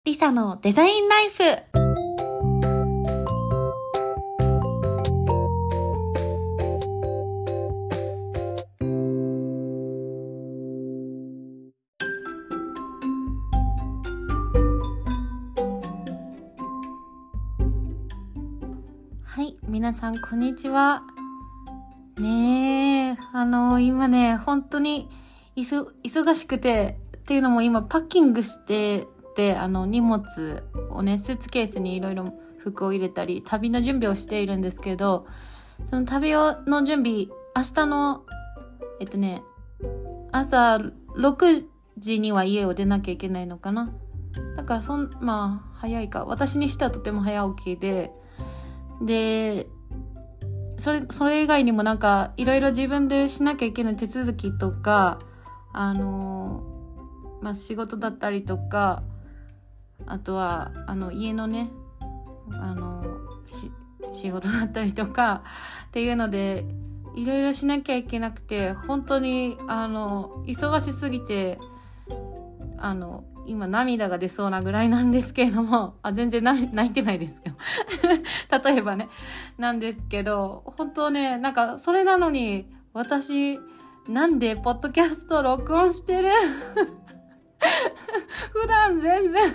リサのデザインライフ。はい、皆さんこんにちは。ねえ、今ね、本当に忙しくて、っていうのも今パッキングしてて、荷物をね、スーツケースにいろいろ服を入れたり、旅の準備をしているんですけど、その旅の準備、明日の、朝6時には家を出なきゃいけないのかな。だから早いか。私にしてはとても早起きで、それ以外にもなんかいろいろ自分でしなきゃいけない手続きとか、仕事だったりとか、あとは家のね仕事だったりとかっていうのでいろいろしなきゃいけなくて、本当に忙しすぎて今涙が出そうなぐらいなんですけれども、全然泣いてないですけど例えばねなんですけど、本当ね、なんかそれなのに私なんでポッドキャスト録音してる普段全然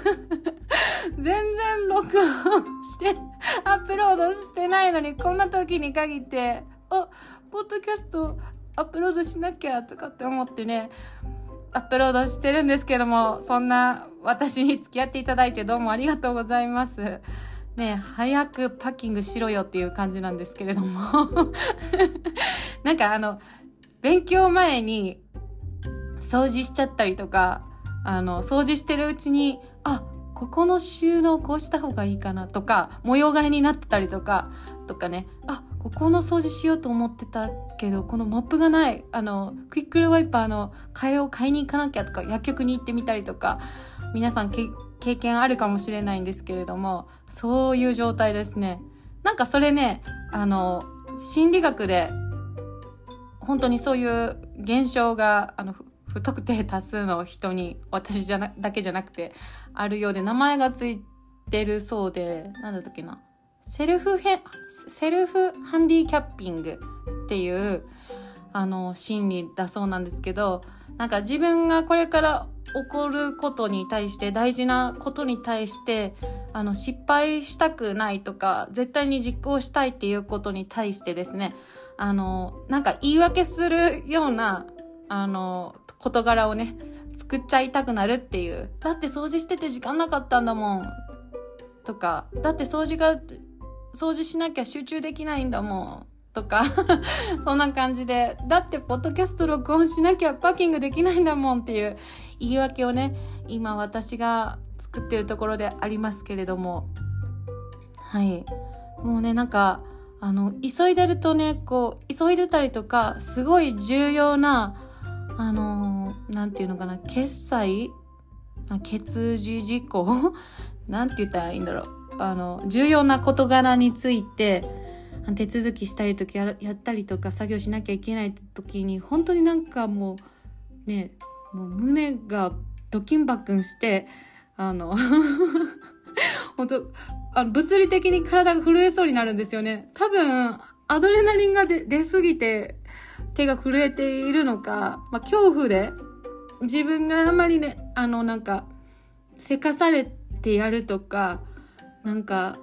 録音してアップロードしてないのに、こんな時に限ってポッドキャストアップロードしなきゃとかって思ってねアップロードしてるんですけども、そんな私に付き合っていただいてどうもありがとうございます。ね、早くパッキングしろよっていう感じなんですけれどもなんか勉強前に掃除しちゃったりとか、掃除してるうちにここの収納こうした方がいいかなとか、模様替えになってたりとかね、ここの掃除しようと思ってたけどこのモップがない、クイックルワイパーの替えを買いに行かなきゃとか、薬局に行ってみたりとか、皆さん経験あるかもしれないんですけれども、そういう状態ですね。なんかそれね、心理学で本当にそういう現象が不特定多数の人に、私だけじゃなくてあるようで、名前がついてるそうで、なんだったっけな、セルフハンディキャッピングっていう心理だそうなんですけど、なんか自分がこれから起こることに対して、大事なことに対して失敗したくないとか、絶対に実行したいっていうことに対してですね、なんか言い訳するような事柄をね作っちゃいたくなるっていう。だって掃除してて時間なかったんだもんとか、だって掃除しなきゃ集中できないんだもんとかそんな感じで、だってポッドキャスト録音しなきゃパッキングできないんだもんっていう言い訳をね、今私が作ってるところでありますけれども、はい、もうね、なんか急いでるとね、急いでたりとか、すごい重要ななんていうのかな、欠如事項なんて言ったらいいんだろう、重要な事柄について手続きしたりとかやったりとか作業しなきゃいけない時に、本当になんかもう胸がドキンバクンして本当物理的に体が震えそうになるんですよね。多分アドレナリンが出すぎて手が震えているのか、恐怖で自分があまりねなんかせかされてやるとか、なんか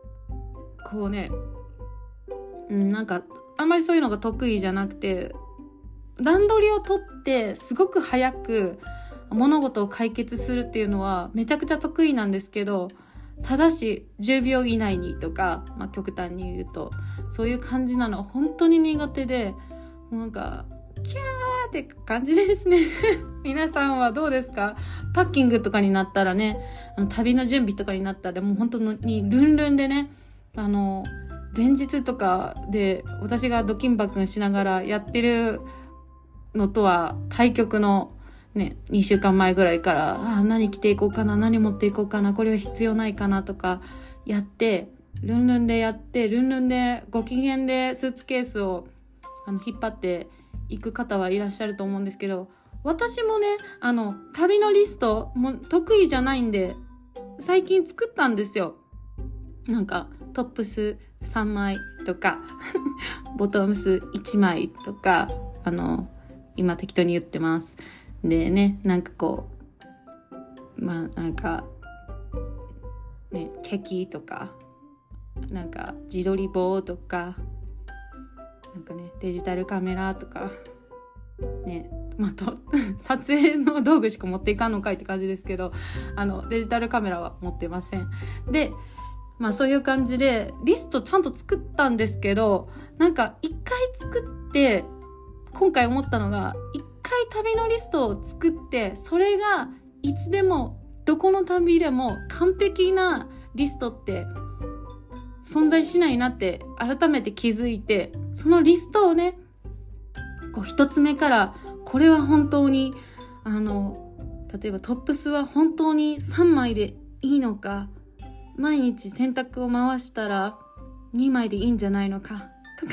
なんかあんまりそういうのが得意じゃなくて、段取りを取ってすごく早く物事を解決するっていうのはめちゃくちゃ得意なんですけど、ただし10秒以内にとか、極端に言うとそういう感じなのは本当に苦手で、なんかキャーって感じですね皆さんはどうですか？パッキングとかになったらね、旅の準備とかになったらもう本当にルンルンでね、前日とかで私がドキンバクンしながらやってるのとは対極のね、2週間前ぐらいから何着ていこうかな、何持っていこうかな、これは必要ないかなとかやって、ルンルンでご機嫌でスーツケースを引っ張っていく方はいらっしゃると思うんですけど、私もね旅のリストも得意じゃないんで、 最近作ったんですよ。なんかトップス3枚とかボトムス1枚とか今適当に言ってます。でね、なんかこうなんかね、チェキとかなんか自撮り棒とかなんかね、デジタルカメラとかね、撮影の道具しか持っていかんのかいって感じですけど、デジタルカメラは持ってません。で、そういう感じでリストちゃんと作ったんですけど、なんか一回作って今回思ったのが、一回旅のリストを作ってそれがいつでもどこの旅でも完璧なリストって存在しないなって改めて気づいて、そのリストをね、こう一つ目からこれは本当に例えばトップスは本当に3枚でいいのか、毎日洗濯を回したら2枚でいいんじゃないのかとか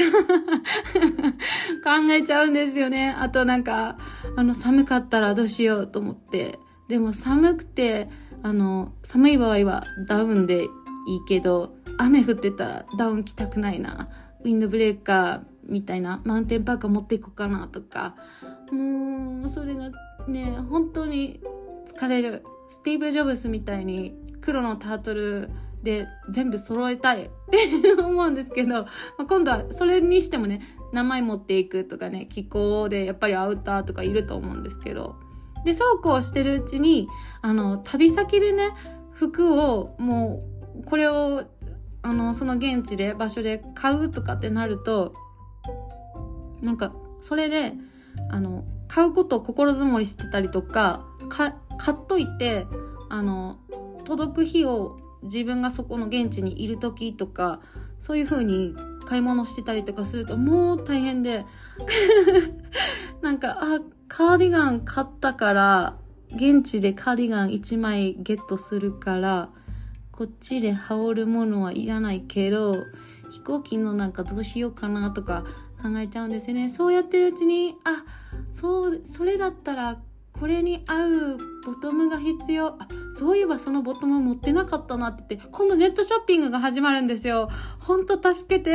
考えちゃうんですよね。あとなんか寒かったらどうしようと思って、でも寒くて寒い場合はダウンでいいけど、雨降ってたらダウン着たくないな、ウィンドブレーカーみたいなマウンテンパーカー持っていこうかなとか、それがね本当に疲れる。スティーブ・ジョブスみたいに黒のタートルで全部揃えたいって思うんですけど、今度はそれにしてもね、名前持っていくとかね、気候でやっぱりアウターとかいると思うんですけど、でそうこうしてるうちに旅先でね、服をもうこれをその現地で場所で買うとかってなると、なんかそれで買うことを心づもりしてたりとか、買っといて届く日を自分がそこの現地にいる時とか、そういう風に買い物してたりとかするともう大変でなんかカーディガン買ったから現地でカーディガン1枚ゲットするからこっちで羽織るものはいらないけど、飛行機のなんかどうしようかなとか考えちゃうんですよね。そうやってるうちにそれだったらこれに合うボトムが必要、そういえばそのボトム持ってなかったなって言って、今度ネットショッピングが始まるんですよ。ほんと助けて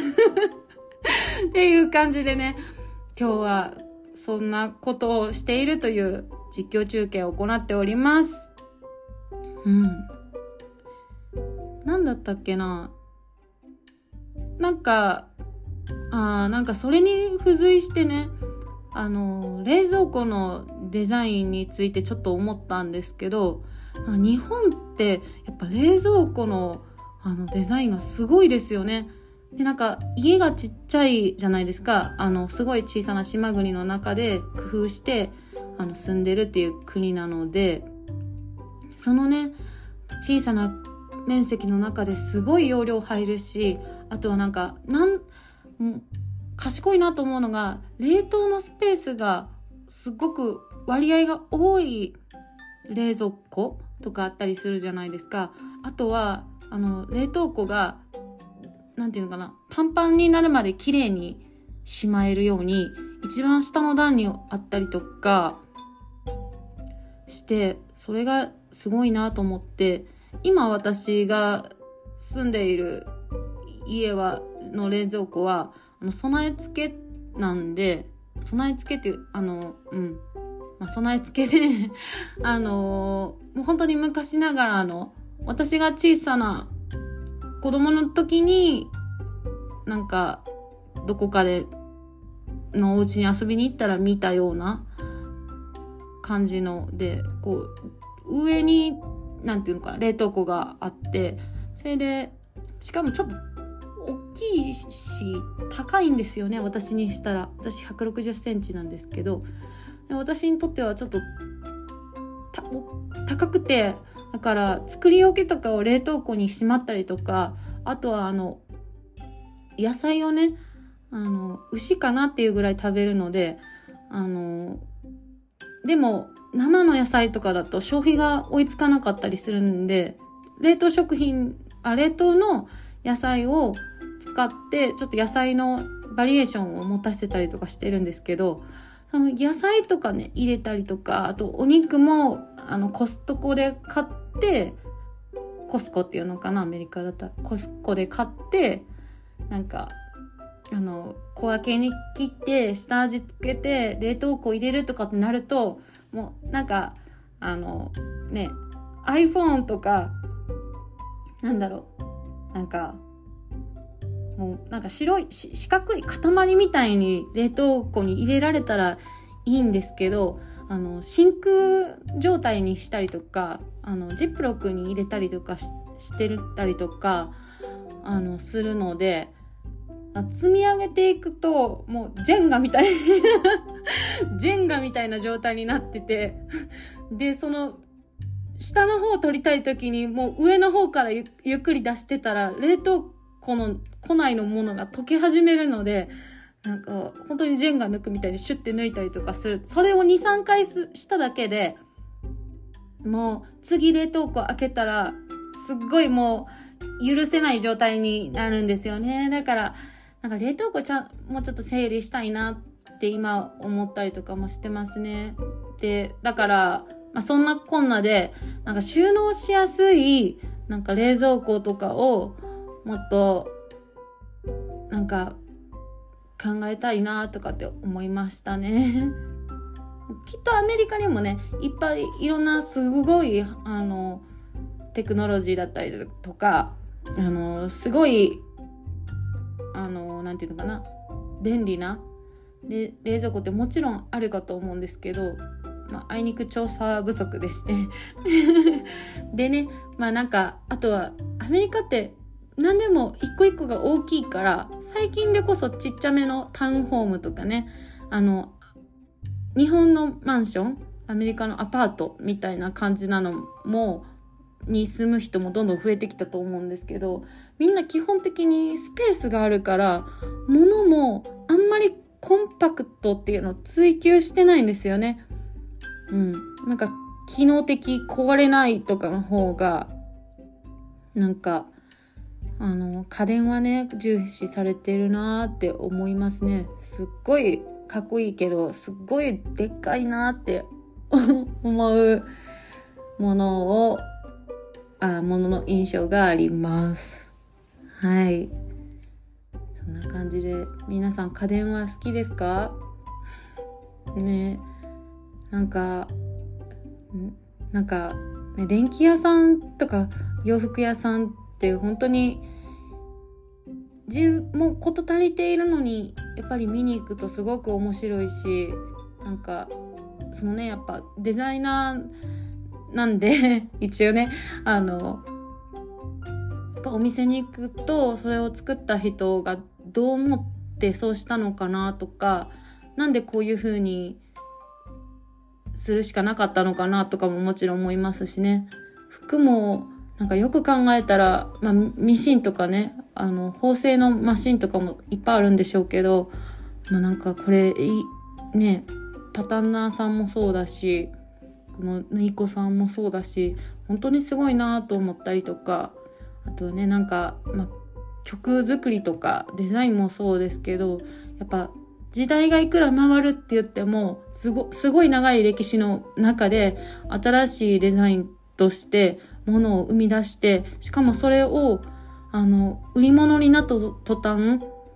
っていう感じでね、今日はそんなことをしているという実況中継を行っております。なんだったっけな、なんかそれに付随してね、冷蔵庫のデザインについてちょっと思ったんですけど、日本ってやっぱ冷蔵庫のデザインがすごいですよね。でなんか家がちっちゃいじゃないですか。すごい小さな島国の中で工夫して住んでるっていう国なので、そのね小さな面積の中ですごい容量入るし、あとはなんか賢いなと思うのが、冷凍のスペースがすごく割合が多い冷蔵庫とかあったりするじゃないですか。あとは冷凍庫がなんていうのかな、パンパンになるまで綺麗にしまえるように一番下の段にあったりとかして、それがすごいなと思って、今私が住んでいる家の冷蔵庫は備え付けなんで、備え付けっていう備え付けでもう本当に昔ながらの、私が小さな子供の時になんかどこかでのお家に遊びに行ったら見たような感じので、こう上になんていうのかな、冷凍庫があって、それでしかもちょっと大きいし高いんですよね。私にしたら、私160センチなんですけど、私にとってはちょっと高くて、だから作り置きとかを冷凍庫にしまったりとか、あとは野菜をね牛かなっていうぐらい食べるので、でも生の野菜とかだと消費が追いつかなかったりするんで、冷凍の野菜を使ってちょっと野菜のバリエーションを持たせたりとかしてるんですけど、その野菜とかね入れたりとか、あとお肉もコストコで買ってコスコっていうのかな、アメリカだったらコスコで買って、なんか小分けに切って下味つけて冷凍庫入れるとかってなると、もうなんかiPhone とかなんかもうなんか白い四角い塊みたいに冷凍庫に入れられたらいいんですけど、真空状態にしたりとかジップロックに入れたりとかしてたりとかするので、積み上げていくともうジェンガみたいな状態になってて、でその下の方を取りたい時にもう上の方からゆっくり出してたら冷凍庫の庫内のものが溶け始めるので、なんか本当にジェンガ抜くみたいにシュッて抜いたりとかする。それを 2,3 回しただけでもう次冷凍庫開けたらすっごいもう許せない状態になるんですよね。だからなんか冷凍庫もうちょっと整理したいなって今思ったりとかもしてますね。でだからそんなこんなでなんか収納しやすいなんか冷蔵庫とかをもっとなんか考えたいなとかって思いましたね。きっとアメリカにもねいっぱいいろんなすごいテクノロジーだったりとかすごいなんていうのかな、便利な冷蔵庫ってもちろんあるかと思うんですけど、あいにく調査不足でしてでね、なんかあとはアメリカって何でも一個一個が大きいから、最近でこそちっちゃめのタウンホームとかね、日本のマンション、アメリカのアパートみたいな感じなのもに住む人もどんどん増えてきたと思うんですけど、みんな基本的にスペースがあるから物もあんまりコンパクトっていうのを追求してないんですよね。なんか機能的、壊れないとかの方がなんか家電はね重視されてるなって思いますね。すっごいかっこいいけどすっごいでっかいなって思うものの印象があります。はい、そんな感じで皆さん家電は好きですかね。なんかね、電気屋さんとか洋服屋さんって本当にもう事足りているのにやっぱり見に行くとすごく面白いし、なんかそのねやっぱデザイナーなんで一応ねやっぱお店に行くとそれを作った人がどう思ってそうしたのかなとか、なんでこういう風にするしかなかったのかなとかももちろん思いますしね。服もなんかよく考えたら、ミシンとかね縫製のマシンとかもいっぱいあるんでしょうけど、なんかこれねパタンナーさんもそうだし、この縫い子さんもそうだし、本当にすごいなと思ったりとか、あとねなんか、曲作りとかデザインもそうですけど、やっぱ時代がいくら回るって言ってもすごい長い歴史の中で新しいデザインとしてものを生み出して、しかもそれを売り物になった途端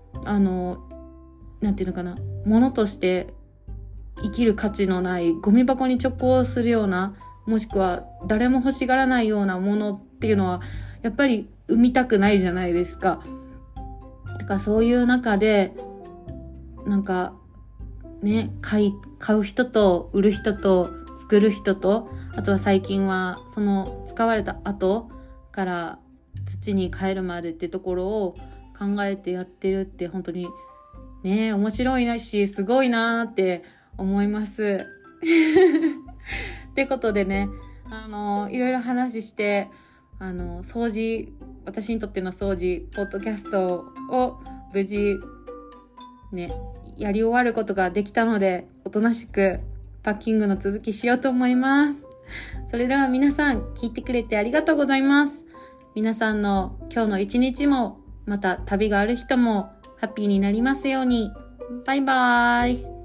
なんていうのかな、ものとして生きる価値のないゴミ箱に直行するような、もしくは誰も欲しがらないようなものっていうのはやっぱり生みたくないじゃないですか。だからそういう中でなんかね買う人と売る人と作る人と、あとは最近はその使われた後から土に帰るまでってところを考えてやってるって本当にね面白いしすごいなって思いますってことでねいろいろ話して掃除、私にとっての掃除ポッドキャストを無事ねやり終わることができたので、おとなしくパッキングの続きしようと思います。それでは皆さん聞いてくれてありがとうございます。皆さんの今日の一日も、また旅がある人もハッピーになりますように。バイバーイ。